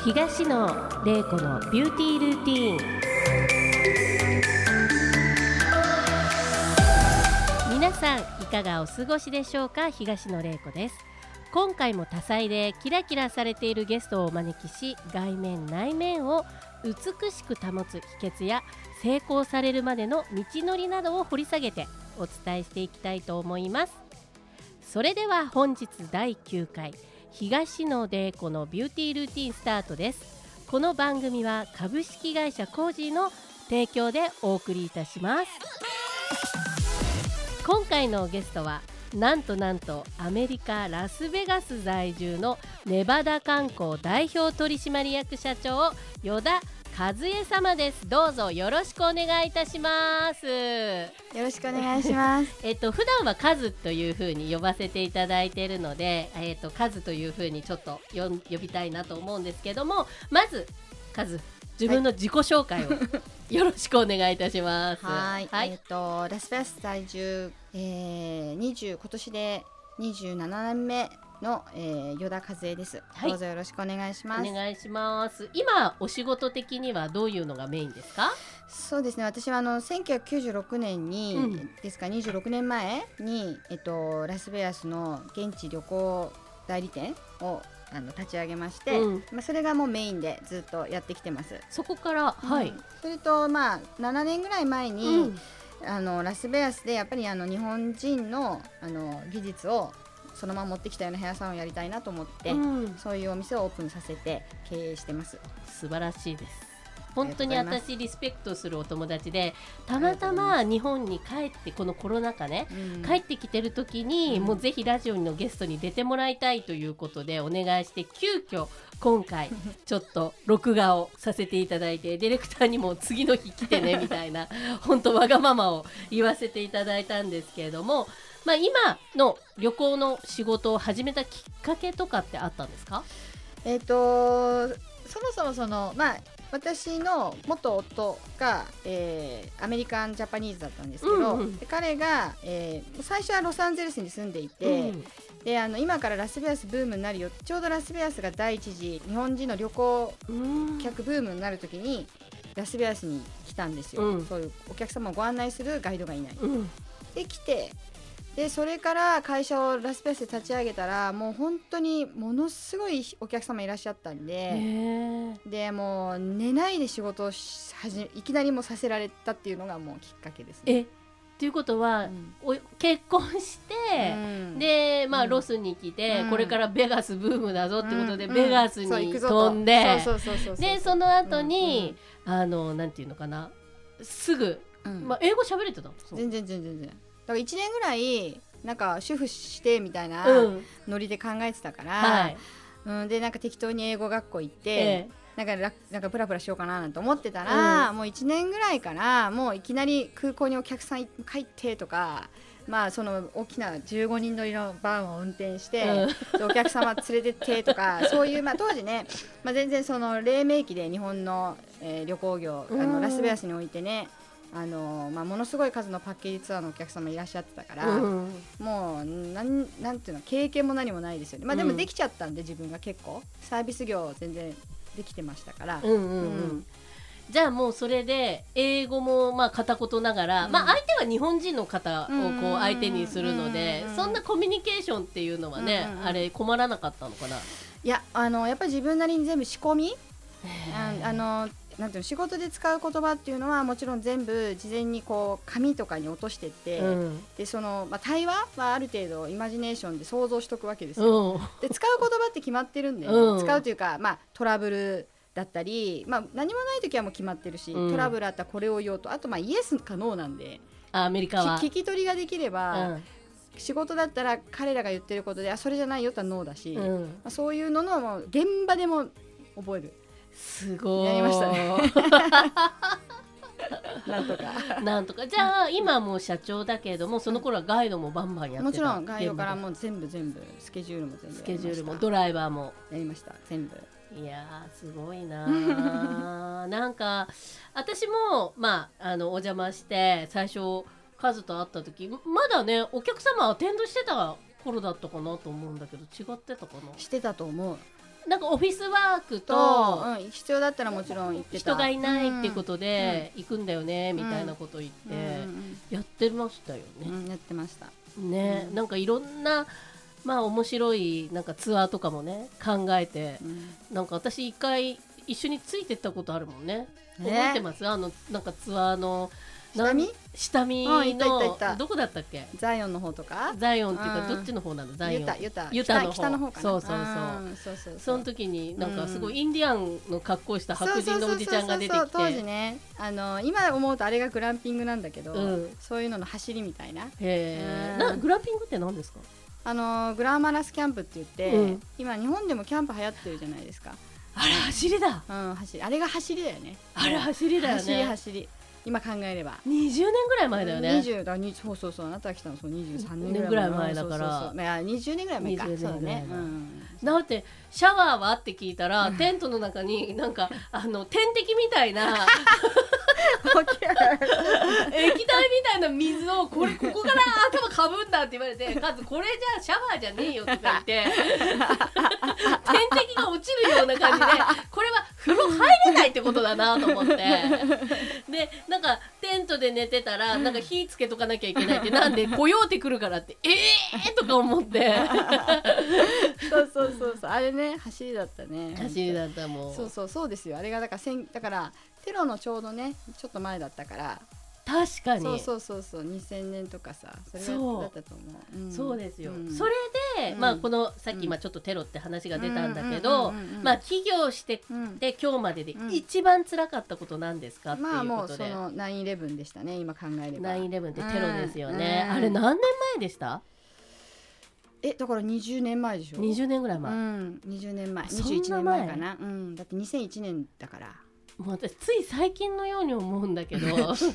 東野玲子のビューティールーティーン。皆さんいかがお過ごしでしょうか。東野玲子です。今回も多彩でキラキラされているゲストをお招きし、外面内面を美しく保つ秘訣や成功されるまでの道のりなどを掘り下げてお伝えしていきたいと思います。それでは本日第9回東野玲子のビューティールーティンスタートです。この番組は株式会社コージーの提供でお送りいたします。今回のゲストはなんとアメリカラスベガス在住のネバダ観光代表取締役社長依田和恵様です。どうぞよろしくお願いいたします。 よろしくお願いします普段はカズというふうに呼ばせていただいているので、カズというふうにちょっと呼びたいなと思うんですけども、まずカズ自分の自己紹介を、よろしくお願いいたします。 はい、ラスベガス在住、今年で27年目の、依田和恵です、どうぞよろしくお願いします。 お願いします。今お仕事的にはどういうのがメインですか？ そうですね、私は1996年に、ですか26年前に、ラスベガスの現地旅行代理店を立ち上げまして、それがもうメインでずっとやってきてます。 そこから、 それと7年ぐらい前に、ラスベガスでやっぱり日本人の技術をそのまま持ってきたようなヘアサロンをやりたいなと思って、そういうお店をオープンさせて経営してます。 素晴らしいです。本当に私リスペクトするお友達で、たまたま日本に帰ってこのコロナ禍ね、帰ってきてる時に、もうぜひラジオのゲストに出てもらいたいということでお願いして、急遽今回ちょっと録画をさせていただいて、ディレクターにも次の日来てねみたいな本当わがままを言わせていただいたんですけれども、今の旅行の仕事を始めたきっかけとかってあったんですか？ そもそも私の元夫が、アメリカンジャパニーズだったんですけど、で彼が、最初はロサンゼルスに住んでいて、で今からラスベガスブームになるよ、ちょうどラスベガスが第一次日本人の旅行客ブームになるときにラスベガスに来たんですよ、そういうお客様をご案内するガイドがいない、で来て、でそれから会社をラスベガスで立ち上げたら、もう本当にものすごいお客様いらっしゃったんで、でもう寝ないで仕事をいきなりもさせられたっていうのがもうきっかけですね。 ということは、結婚して、でロスに来て、これからベガスブームだぞってことで、ベガスに飛んで、でその後に、なんていうのかな、すぐ、英語喋れてたの？ 全然だから1年ぐらいなんか主婦してみたいなノリで考えてたから、でなんか適当に英語学校行って、なんかプラプラしようかななんて思ってたら、もう1年ぐらいからもういきなり空港にお客さん帰ってとか、その大きな15人乗りのバンを運転して、お客様連れてってとかそういう、当時ね、全然その黎明期で日本の、旅行業ラスベガスにおいてね、ものすごい数のパッケージツアーのお客様いらっしゃってたから、もうなんていうの、経験も何もないですよね。でもできちゃったんで、自分が結構サービス業全然できてましたから、 じゃあもうそれで英語も片言ながら、相手は日本人の方をこう相手にするので、そんなコミュニケーションっていうのはね、あれ困らなかったのかな？ いや、やっぱり自分なりに全部仕込み、なんていうの、仕事で使う言葉っていうのはもちろん全部事前にこう紙とかに落としてって、でその、対話はある程度イマジネーションで想像しとくわけですよ、で使う言葉って決まってるんで、使うというか、トラブルだったり、何もない時はもう決まってるし、トラブルあったらこれを言おうと、あとイエスかノーなんで、 アメリカは聞き取りができれば、仕事だったら彼らが言ってることで、それじゃないよってノーだし、そういうののもう現場でも覚える。 すごいやりましたねなんとかじゃあ今もう社長だけれども、その頃はガイドもバンバンやってた？ もちろんガイドからもう全部スケジュールも全部やりました。 スケジュールもドライバーもやりました、全部。 いやすごいななんか私もお邪魔して最初カズと会った時、まだねお客様アテンドしてた頃だったかなと思うんだけど、違ってたかな？ してたと思う。 なんかオフィスワークと、 必要だったらもちろん行ってた、 人がいないってことで行くんだよね、みたいなこと言ってやってましたよね、 やってましたね、なんかいろんなまあ面白いなんかツアーとかもね考えて、なんか私一回一緒についてったことあるもんね、覚えてます？なんかツアーの下見のどこだったっけ？ ザイオンの方とか？ ザイオンっていうかどっちの方なの？ザイオンユタの方、 北の方かな。 そうその時になんかすごいインディアンの格好した白人のおじちゃんが出てきて、 当時ね、今思うとあれがグランピングなんだけど、そういうのの走りみたいな。 グランピングって何ですか？ グラマラスキャンプって言って、今日本でもキャンプ流行ってるじゃないですか。 あれ走りだ、 あれが走りだよね。 あれ走りだよね。 走り今考えれば 20年ぐらい前だよね。 そうあなたが来たのそう23 年ぐらい前だから、 20年ぐらい前か。そうね。 だってシャワーはって聞いたら、テントの中になんか点滴みたいな液体みたいな水をここから頭かぶんだって言われて、かつこれじゃシャワーじゃねえよとか言って点滴が落ちるような感じで、これは風呂入れないってことだなと思ってでなんかテントで寝てたらなんか火つけとかなきゃいけないって、なんでコヨーテ来るからってとか思ってそうあれね走りだったね。 走りだったもん。 そうですよ。あれがだからテロのちょうどねちょっと前だったから。 確かにそう2000年とかさ、それだったと思う。 そうですよ、それで、まあこのさっきちょっとテロって話が出たんだけど、まあ起業してで今日までで一番辛かったことなんですかっていうことで、 もうその 9/11 でしたね。今考えれば 9/11 ってテロですよね。あれ何年前でした？ だから20年前でしょ。 20年ぐらい前。 20年前、21年前かな。だって2001年だから。 もう私つい最近のように思うんだけどそう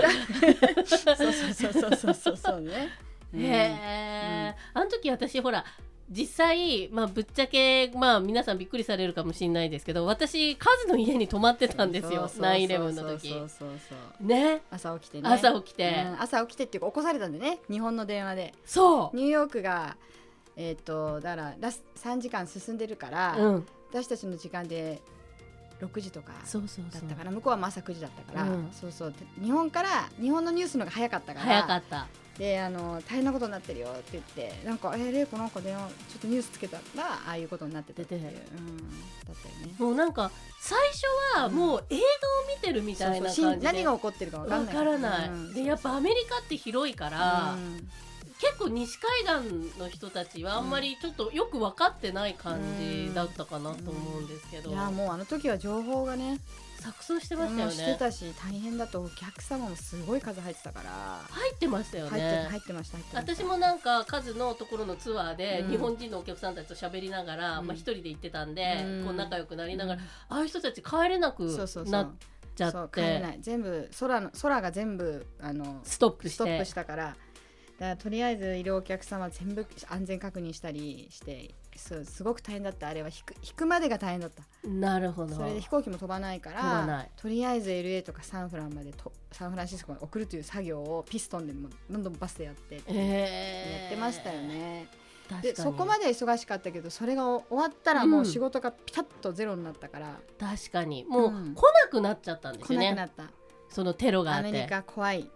ね。 あの時私ほら実際、まあ、ぶっちゃけ、まあ、皆さんびっくりされるかもしれないですけど、私カズの家に泊まってたんですよ。 9/11 の時ね。 朝起きて朝起きてっていうか起こされたんでね、日本の電話で。 そうニューヨークがだから3時間進んでるから、私たちの時間で6時とかだったから、向こうは朝9時だったから、日本のニュースのが早かったから、 早かったで大変なことになってるよって言って、なんか玲子なんか電話ちょっとニュースつけたらああいうことになっててっていう、だったよね。 もうなんか最初はもう映像を見てるみたいな感じで、 何が起こってるか分からない。 でやっぱアメリカって広いから、結構西海岸の人たちはあんまりちょっとよく分かってない感じだったかなと思うんですけど、 いやもうあの時は情報がね錯綜してましたよね。 してたし大変だと、お客様もすごい数入ってたから。 入ってましたよね。 入ってました。 私もなんか数のところのツアーで日本人のお客さんたちと喋りながら、まあ一人で行ってたんで、こう仲良くなりながら、ああいう人たち帰れなくなっちゃって、 帰れない、全部空が全部ストップしたから。だからとりあえずいるお客様全部安全確認したりして、すごく大変だった。あれは引くまでが大変だった。 なるほど。 それで飛行機も飛ばないから、とりあえず LA とかサンフランシスコまで送るという作業をピストンでもどんどんバスでやってましたよね。でそこまで忙しかったけど、それが終わったらもう仕事がピタッとゼロになったから、 確かにもう来なくなっちゃったんですよね。 来なくなった。 そのテロがあって、 アメリカ怖い。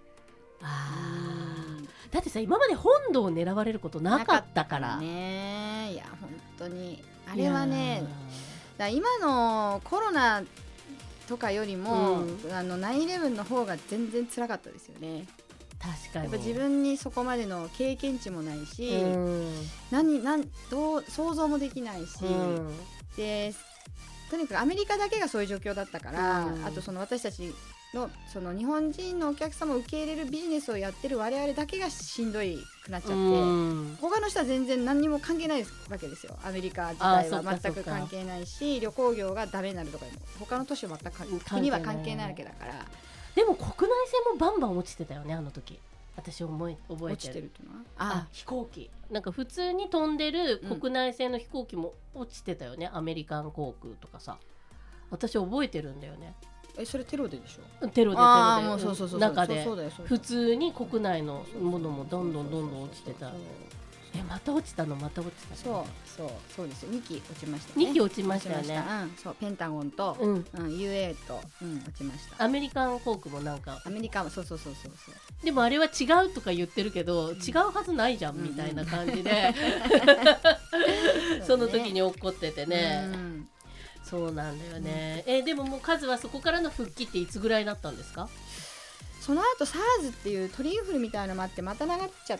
だってさ、今まで本土を狙われることなかったからね。いや本当にあれはね、だ今のコロナとかよりも、9/11 の方が全然辛かったですよね。 確かに。 やっぱ自分にそこまでの経験値もないし、想像もできないし、でとにかくアメリカだけがそういう状況だったから、あとその私たちのその日本人のお客様を受け入れるビジネスをやってる我々だけがしんどいくなっちゃって、他の人は全然何にも関係ないわけですよ。アメリカ自体は全く関係ないし、旅行業がダメになるとか他の都市は全く国は関係ないわけだから。 でも国内線もバンバン落ちてたよね、あの時。私覚えてる。 落ちてるっていうのは飛行機なんか普通に飛んでる国内線の飛行機も落ちてたよね、アメリカン航空とかさ。私覚えてるんだよね。 それテロででしょ。 テロで中でそうだよ普通に国内のものもどんどん落ちてた。 また落ちたの、また落ちたの。 そうですよ。2機落ちましたね。 2機落ちましたよね。 そう、ペンタゴンと、UA と、落ちました。 アメリカン航空もなんか、 アメリカもそうでもあれは違うとか言ってるけど、違うはずないじゃんみたいな感じでその時に怒っててね。そうなんだよね。でももうカズはそこからの復帰っていつぐらいだったんですか？ その後 SARS っていう鳥インフルみたいなのもあって、また長っちゃって、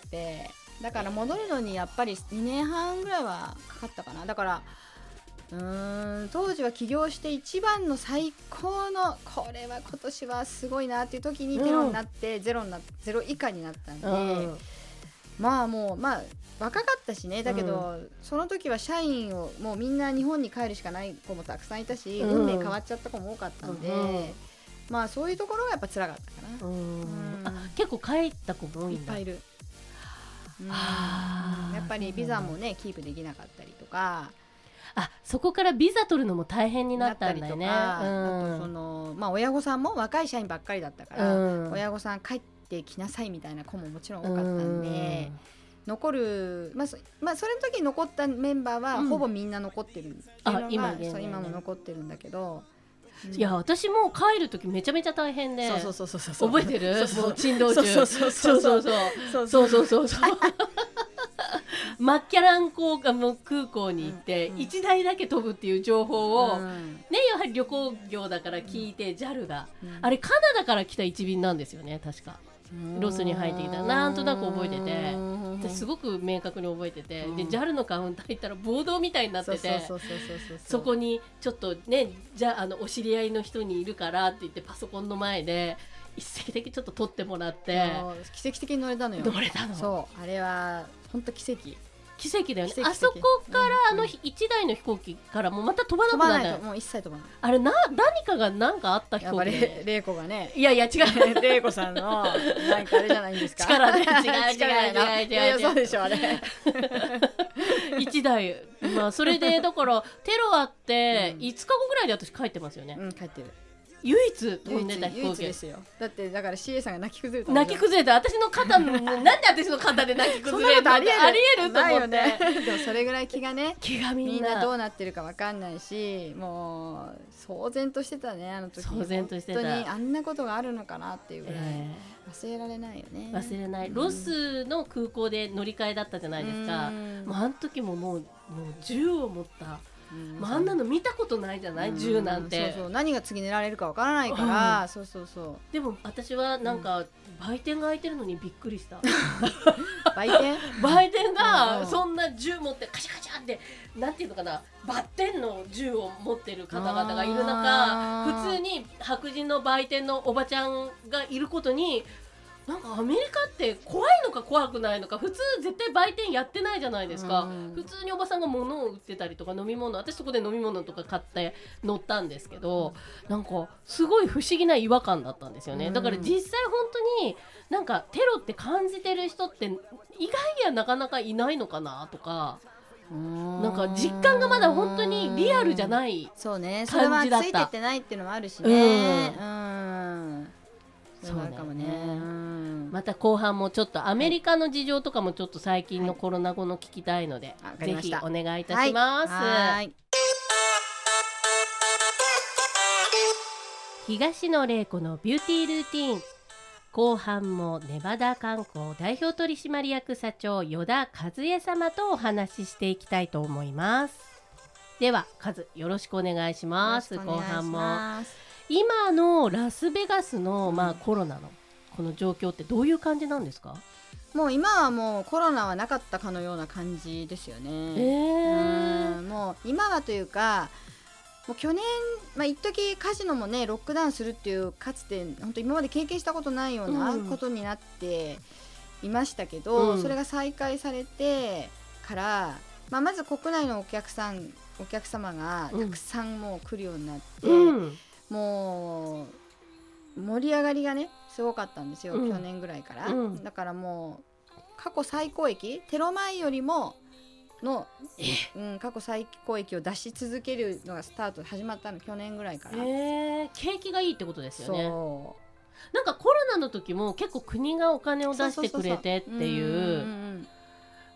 だから戻るのにやっぱり2年半ぐらいはかかったかな。だから当時は起業して一番の最高の、これは今年はすごいなっていう時にテロになって、ゼロ以下になったんで、まあ若かったしね。だけど、その時は社員をもうみんな日本に帰るしかない子もたくさんいたし、運命変わっちゃった子も多かったんで、まあそういうところがやっぱ辛かったかな。 結構帰った子も多いんだ。 いっぱいいる。やっぱりビザもねキープできなかったりとか、 そこからビザ取るのも大変になったんだよね。 あと親御さんも若い社員ばっかりだったから、親御さん帰ってきなさいみたいな子ももちろん多かったんで、残る、それの時に残ったメンバーはほぼみんな残ってるっていうのが、今も残ってるんだけど、 いや私も帰る時めちゃめちゃ大変で、覚えてる？珍道中、マッキャラン空港に行って1台だけ飛ぶっていう情報を、ね、やはり旅行業だから聞いて、JAL があれカナダから来た1便なんですよね、確か。ロスに入ってきた、なんとなく覚えてて、すごく明確に覚えてて、で JAL のカウンター行ったら暴動みたいになってて、そこにちょっとね、じゃあお知り合いの人にいるからって言ってパソコンの前で一席だけちょっと撮ってもらって、 奇跡的に乗れたのよ。そうあれは本当奇跡だよね。 あそこから1台の飛行機からもうまた飛ばなくなった。 もう一切飛ばない。 あれ何かが何かあった飛行機で、 玲子がね、 いや違う玲子さんのなんかあれじゃないんですか、 力で違うそうでしょあれ 1台、それでだからテロあって5日後ぐらいで私帰ってますよね。 帰ってる。 唯一飛んでた飛行機ですよ。だから CA さんが泣き崩れた。私の肩なんで私の肩で泣き崩れた。ありえると思って。でもそれぐらい気がみんなどうなってるか分かんないし、もう騒然としてたね、あの時。 騒然としてた。 本当にあんなことがあるのかなっていうぐらい忘れられないよね。 忘れない。ロスの空港で乗り換えだったじゃないですか。もうあの時ももう銃を持ったあんなの見たことないじゃない、銃なんて。 何が次狙われるかわからないから、 でも私はなんか売店が開いてるのにびっくりした売店がそんな銃持ってカシャカシャってなんていうのかな、バッテンの銃を持ってる方々がいる中、普通に白人の売店のおばちゃんがいることに、なんかアメリカって怖いのか怖くないのか、普通絶対売店やってないじゃないですか。普通におばさんが物を売ってたりとか飲み物、私そこで飲み物とか買って乗ったんですけど、なんかすごい不思議な違和感だったんですよね。だから実際本当になんかテロって感じてる人って意外にはなかなかいないのかなとか、なんか実感がまだ本当にリアルじゃない感じだった。 そうね、それはついてってないっていうのもあるしね。そうかもね。 また後半もちょっとアメリカの事情とかもちょっと最近のコロナ後の聞きたいので、ぜひお願いいたします。東野玲子のビューティールーティーン、後半もネバダ観光代表取締役社長依田和恵様とお話ししていきたいと思います。ではカズ、よろしくお願いします。後半も今のラスベガスの、コロナのこの状況ってどういう感じなんですか？ もう今はもうコロナはなかったかのような感じですよね。もう今はというか、もう去年、一時カジノもねロックダウンするっていう、かつて本当今まで経験したことないようなことになっていましたけど、それが再開されてから、まず国内のお客様がたくさんもう来るようになって、もう盛り上がりがねすごかったんですよ、去年ぐらいから。だからもう過去最高益、テロ前よりもの、過去最高益を出し続けるのが始まったの去年ぐらいから。 景気がいいってことですよね。なんかコロナの時も結構国がお金を出してくれてっていう、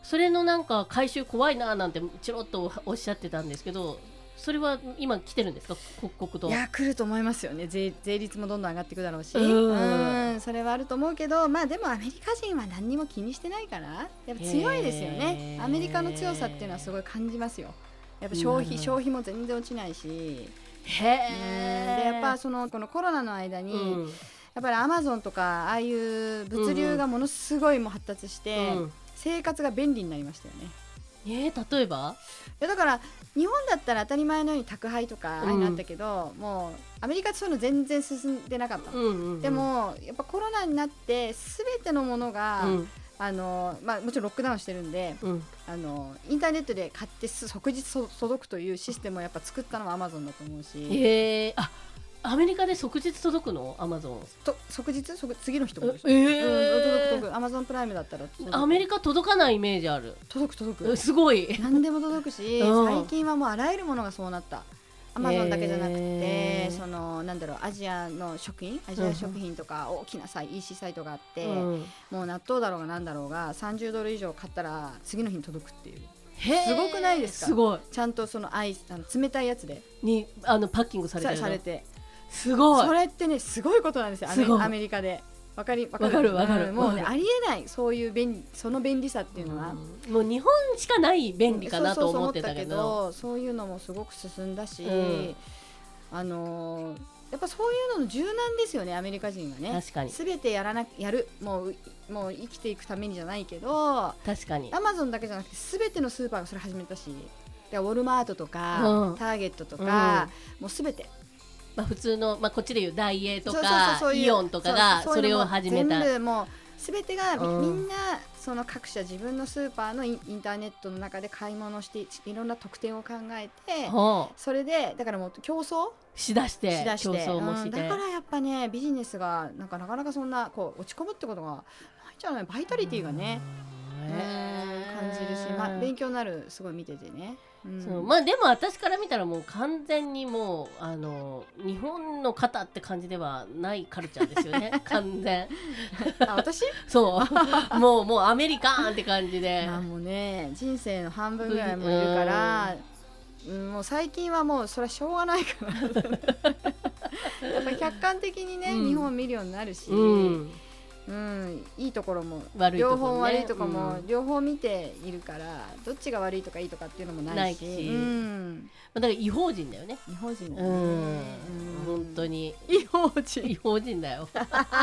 それのなんか回収怖いななんてちょろっとおっしゃってたんですけど、それは今来てるんですか、刻々と。 いや来ると思いますよね。税率もどんどん上がっていくだろうし、それはあると思うけど、まあでもアメリカ人は何にも気にしてないからやっぱ強いですよね。アメリカの強さっていうのはすごい感じますよ。やっぱ消費も全然落ちないし、でやっぱこのコロナの間に、やっぱりアマゾンとかああいう物流がものすごいもう発達して、生活が便利になりましたよね。 例えばだから日本だったら当たり前のように宅配とかああいうのあったけど、もうアメリカってそういうの全然進んでなかった、でもやっぱコロナになって全てのものが、もちろんロックダウンしてるんで、インターネットで買って即日届くというシステムをやっぱ作ったのはアマゾンだと思うし、 アメリカで即日届くの？アマゾン即日次の日とか届く。アマゾンプライムだったらアメリカ届かないイメージある。 届くすごい何でも届くし、最近はもうあらゆるものがそうなった。アマゾンだけじゃなくて、アジア食品とか大きなEC サイトがあって、もう納豆だろうがなんだろうが$30以上買ったら次の日に届くっていう。すごくないですか？ すごい。 ちゃんとアイス冷たいやつでパッキングされてるの？ されて、 すごい。 それってねすごいことなんですよ。アメリカでわかる。もうねありえない、そういうその便利さっていうのは、 もう日本しかない便利かなと思ってたけど、 そういうのもすごく進んだし、やっぱそういうのの柔軟ですよね、アメリカ人はね。 確かに全てやる、もう生きていくためにじゃないけど、 確かにアマゾンだけじゃなくて全てのスーパーがそれ始めたし、ウォルマートとか、ターゲットとか、もう全て普通の、こっちでいうダイエーとかイオンとかがそれを始めた。 全部もう全てが、みんなその各社自分のスーパーのインターネットの中で買い物していろんな特典を考えて、それでだからもう競争しだして競争もして、だからやっぱねビジネスがなかなかそんな落ち込むってことがないんじゃない。バイタリティがね、感じるし、勉強になる。すごい見ててね。でも私から見たらもう完全にもう日本の方って感じではないカルチャーですよね完全私そうもうアメリカンって感じで、 もうね人生の半分ぐらいもいるから、もう最近はもうそれはしょうがないからやっぱ客観的にね、日本を見るようになるし、いいところも両方悪いところも両方見ているから、どっちが悪いとかいいとかっていうのもないし、 だから違法人だよね。 違法人本当に違法人だよ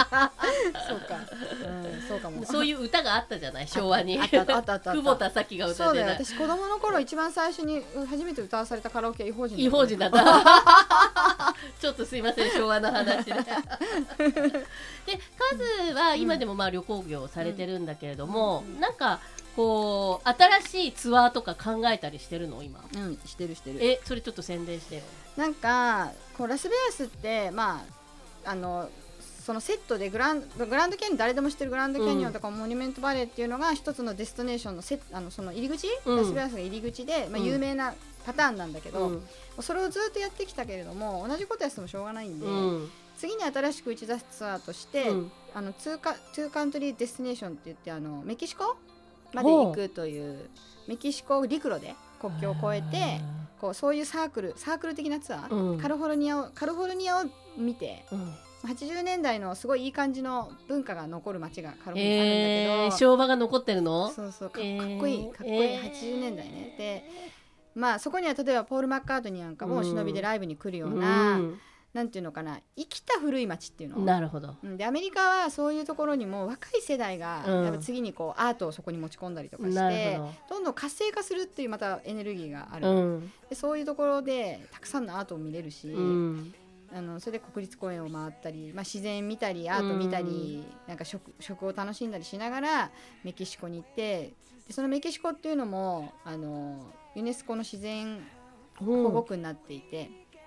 そうかも。 そういう歌があったじゃない、昭和に。 あった久保田早紀が歌ってた。 そうだよ、私子供の頃一番最初に初めて歌わされたカラオケは違法人だったちょっとすいません、昭和の話ででカズは今でも旅行業をされてるんだけれども、なんかこう新しいツアーとか考えたりしてるの今？ してる。 それちょっと宣伝してよ。 なんかラスベガスってそのセットでグランドキャニオン、誰でも知ってるグランドキャニオンとかモニュメントバレーっていうのが一つのデスティネーションのその入り口、ラスベガスが入り口で、有名なパターンなんだけど、それをずっとやってきたけれども同じことやってもしょうがないんで、次に新しく打ち出すツアーとして、ツーカントリーデスティネーションって言ってメキシコまで行くという、メキシコ陸路で国境を越えてそういうサークル的なツアー、カリフォルニアを見て、80年代のすごいいい感じの文化が残る街がカリフォルニアにあるんだけど、 昭和が残ってるの？ そうかっこいい80年代ね。でそこには例えばポール・マッカートニーなんかも忍びでライブに来るような、なんていうのかな、生きた古い街っていうの。 なるほど。 でアメリカはそういうところにも若い世代が、やっぱ次にアートをそこに持ち込んだりとかして、どんどん活性化するっていうまたエネルギーがある、でそういうところでたくさんのアートを見れるし、それで国立公園を回ったり、自然見たりアート見たり、なんか食を楽しんだりしながらメキシコに行って、でそのメキシコっていうのもユネスコの自然保護区になっていて、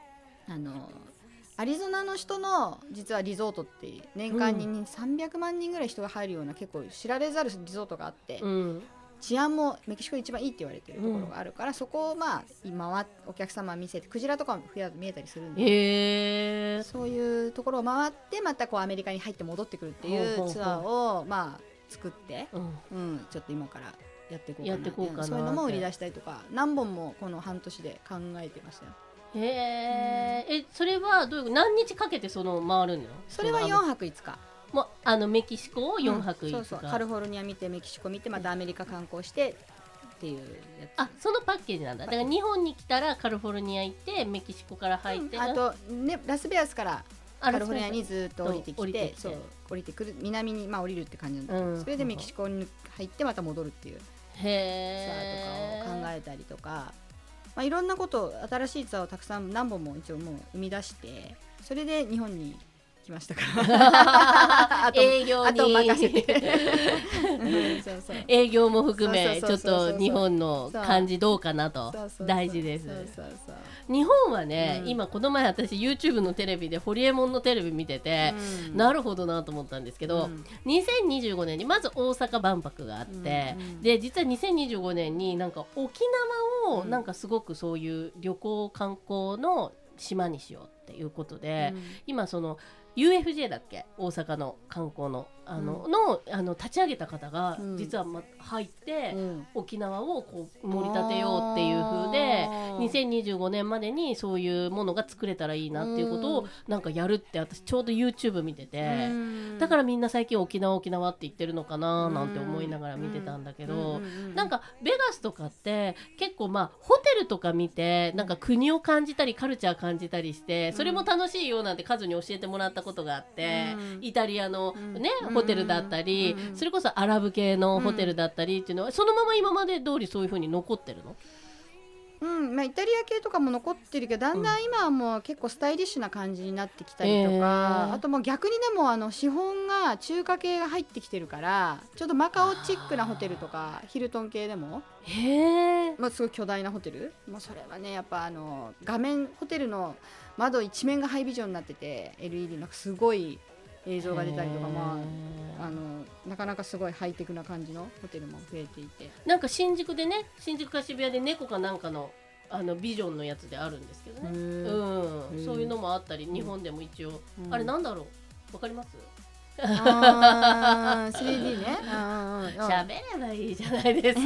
アリゾナの人の実はリゾートって年間に300万人ぐらい人が入るような結構知られざるリゾートがあって、治安もメキシコで一番いいって言われてるところがあるから、そこを今お客様見せて、クジラとかも見えたりするんで、そういうところを回ってまたアメリカに入って戻ってくるっていうツアーを作って、ちょっと今からやっていこうかなそういうのも売り出したりとか何本もこの半年で考えてましたよ。 それはどういう何日かけて回るの？ それは4泊5日もうメキシコを4泊5日、 そうそうカリフォルニア見てメキシコ見てまたアメリカ観光してっていうやつ。 そのパッケージなんだ。だから日本に来たらカリフォルニア行ってメキシコから入って、 あと、ね、ラスベガスからカリフォルニアにずっと降りてきてそう降りてくる南に降りるって感じなんだけど、それでメキシコに入ってまた戻るっていうツアーとかを考えたりとか、いろんなこと新しいツアーをたくさん何本も一応もう生み出してそれで日本に来ましたから営業にあと任せてそうそう営業も含めちょっと日本の感じどうかなと大事です。日本はね、今この前私 YouTube のテレビでホリエモンのテレビ見てて、なるほどなと思ったんですけど、2025年にまず大阪万博があって、で実は2025年になんか沖縄をなんかすごくそういう旅行観光の島にしようっていうことで、今UFJ だっけ大阪の観光の立ち上げた方が実は入って、沖縄をこう盛り立てようっていう風で2025年までにそういうものが作れたらいいなっていうことをなんかやるって私ちょうど YouTube 見てて、だからみんな最近沖縄って言ってるのかななんて思いながら見てたんだけど、なんかベガスとかって結構ホテルとか見てなんか国を感じたりカルチャー感じたりしてそれも楽しいよなんてカズに教えてもらったことがあって、イタリアのねホテルだったり、それこそアラブ系のホテルだったりっていうのはそのまま今まで通りそういう風に残ってるの？ イタリア系とかも残ってるけどだんだん今はもう結構スタイリッシュな感じになってきたりとか、あともう逆にでも資本が中華系が入ってきてるからちょっとマカオチックなホテルとかヒルトン系でもすごい巨大なホテル、それはねやっぱ画面ホテルの窓一面がハイビジョンになってて LED のすごい映像が出たりとか、なかなかすごいハイテクな感じのホテルも増えていて、 なんか新宿か渋谷で猫かなんかのビジョンのやつであるんですけどね、そういうのもあったり日本でも一応、あれなんだろうわかります？ 3D ね喋ればいいじゃないですか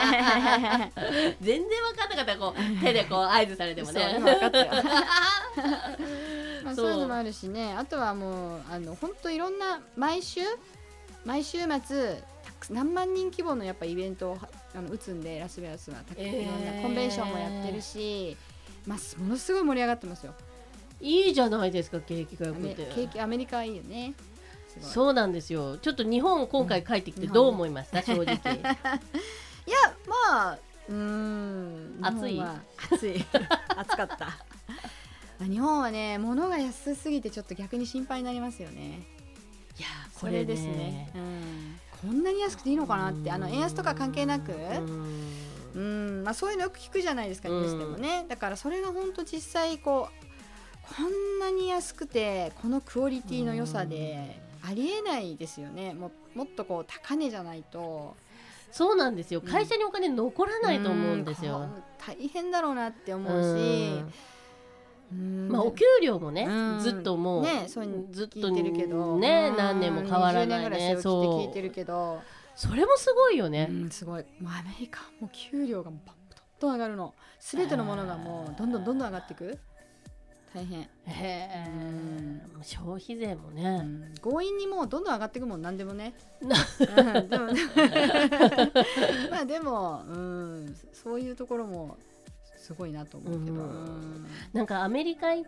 全然分かんなかったらこう手でこう合図されてもねそう分かったよそういうのもあるしね、あとはもう本当いろんな毎週末何万人規模のやっぱイベントを打つんでラスベガスはいろんなコンベンションもやってるし、ものすごい盛り上がってますよ。いいじゃないですか景気が良くて。 アメリカはいいよね。 そうなんですよ。ちょっと日本今回帰ってきてどう思いました、正直。いや暑かった日本はね物が安すぎてちょっと逆に心配になりますよね。 いやこれですね、こんなに安くていいのかなって円安とか関係なくそういうのよく聞くじゃないですかニュースでもね。だからそれが本当実際こんなに安くてこのクオリティの良さでありえないですよね。もっとこう高値じゃないと。 そうなんですよ。会社にお金残らないと思うんですよ。 大変だろうなって思うし、 お給料もねずっともうずっと聞いてるけどね何年も変わらないね。 20年ぐらいそう聞いてるけど、 それもすごいよね。 すごい。もうアメリカも給料がどんどん上がるの。すべてのものがもうどんどん上がっていく。大変。 消費税もね、 強引にもうどんどん上がっていくもん何でもねでもそういうところもすごいなと思うけど、 なんかアメリカ行って、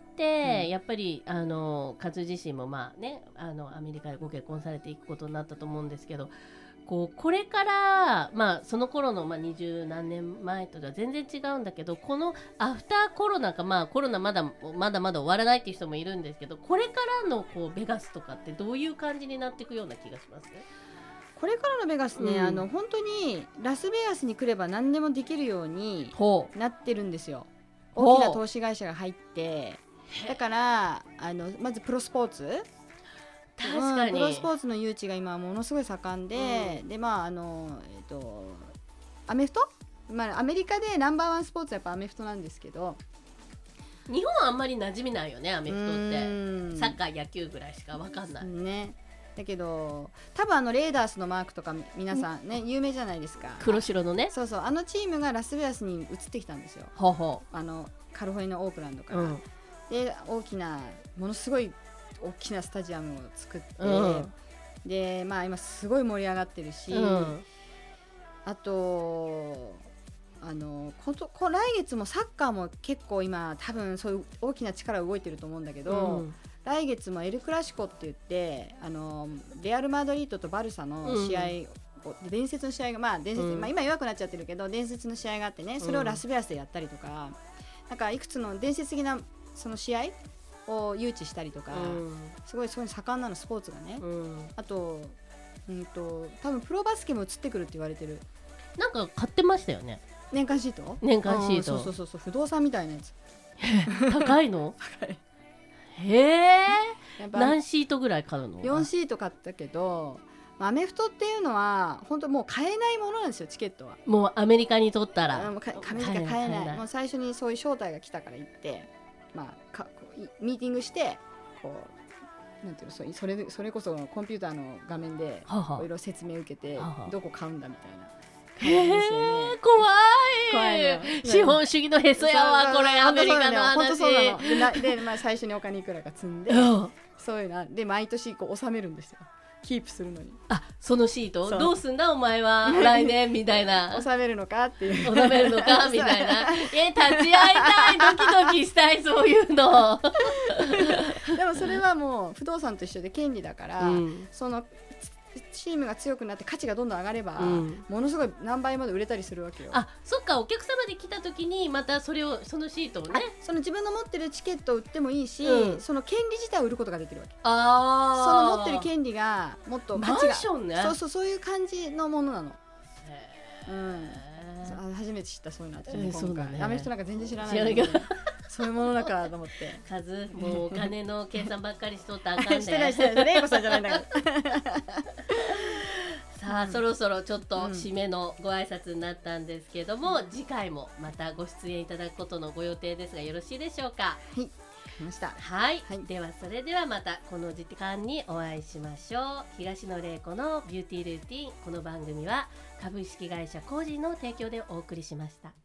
やっぱりカズ自身もアメリカでご結婚されていくことになったと思うんですけど、これからその頃の20何年前とは全然違うんだけど、このアフターコロナかコロナまだ終わらないっていう人もいるんですけど、これからのベガスとかってどういう感じになっていくような気がしますね。 これからのベガスね、本当にラスベガスに来れば何でもできるようになってるんですよ。大きな投資会社が入って、だからまずプロスポーツ、 確かにプロスポーツの誘致が今ものすごい盛んで、でアメフト、アメリカでナンバーワンスポーツはやっぱアメフトなんですけど、 日本はあんまり馴染みないよねアメフトって。サッカー野球ぐらいしか分かんないね。 だけど多分レーダースのマークとか皆さんね、有名じゃないですか。 黒白のね。 そうそう、チームがラスベガスに移ってきたんですよ。 ほうほう。 カリフォルニアのオークランドから、で大きなものすごい大きなスタジアムを作って、で今すごい盛り上がってるし、あと来月もサッカーも結構今多分そういう大きな力動いてると思うんだけど、来月もエルクラシコって言ってレアル・マドリードとバルサの試合、伝説の試合が、今弱くなっちゃってるけど伝説の試合があってね、それをラスベガスでやったりとか、なんかいくつの伝説的なその試合を誘致したりとか、すごい盛んなの、スポーツがね。あと多分プロバスケも移ってくるって言われてる。 なんか買ってましたよね、 年間シート。そう不動産みたいなやつ。 高いの？ 高い。 へえ。何シートぐらい買うの ？4シート買ったけど、アメフトっていうのは本当もう買えないものなんですよ、チケットは。 もうアメリカにとったら買えない。もう最初にそういう招待が来たから行って、ミーティングしてなんていうの、それこそコンピューターの画面でいろいろ説明受けて、どこ買うんだみたいな。 へえ、怖い。資本主義のへそやわ、これアメリカの話。 本当そうなの。で、最初にお金いくらか積んで、そういうので毎年納めるんですよ。キープするのに。 そのシートどうすんだお前は来年みたいな。 納めるのかっていう。 納めるのかみたいな。立ち会いたい、ドキドキしたい、そういうの。 でもそれはもう不動産と一緒で権利だから、そのチームが強くなって価値がどんどん上がれば、ものすごい何倍まで売れたりするわけよ。 そっか、お客様で来た時にまたそのシートをね、 その自分の持ってるチケットを売ってもいいし、その権利自体を売ることができるわけ。その持ってる権利がもっと価値が、そういう感じのものなの。初めて知った、そういうの。私も今回アメフトなんか全然知らないので、そういうものだからと思って。 もうお金の計算ばっかりしとったらあかんね。 してない、レイコさんじゃないんだから。 さあ、そろそろちょっと締めのご挨拶になったんですけども、次回もまたご出演いただくことのご予定ですが、よろしいでしょうか？ はい、ました。 はい、ではそれではまたこの時間にお会いしましょう。東野玲子のビューティールーティン、この番組は株式会社コージーの提供でお送りしました。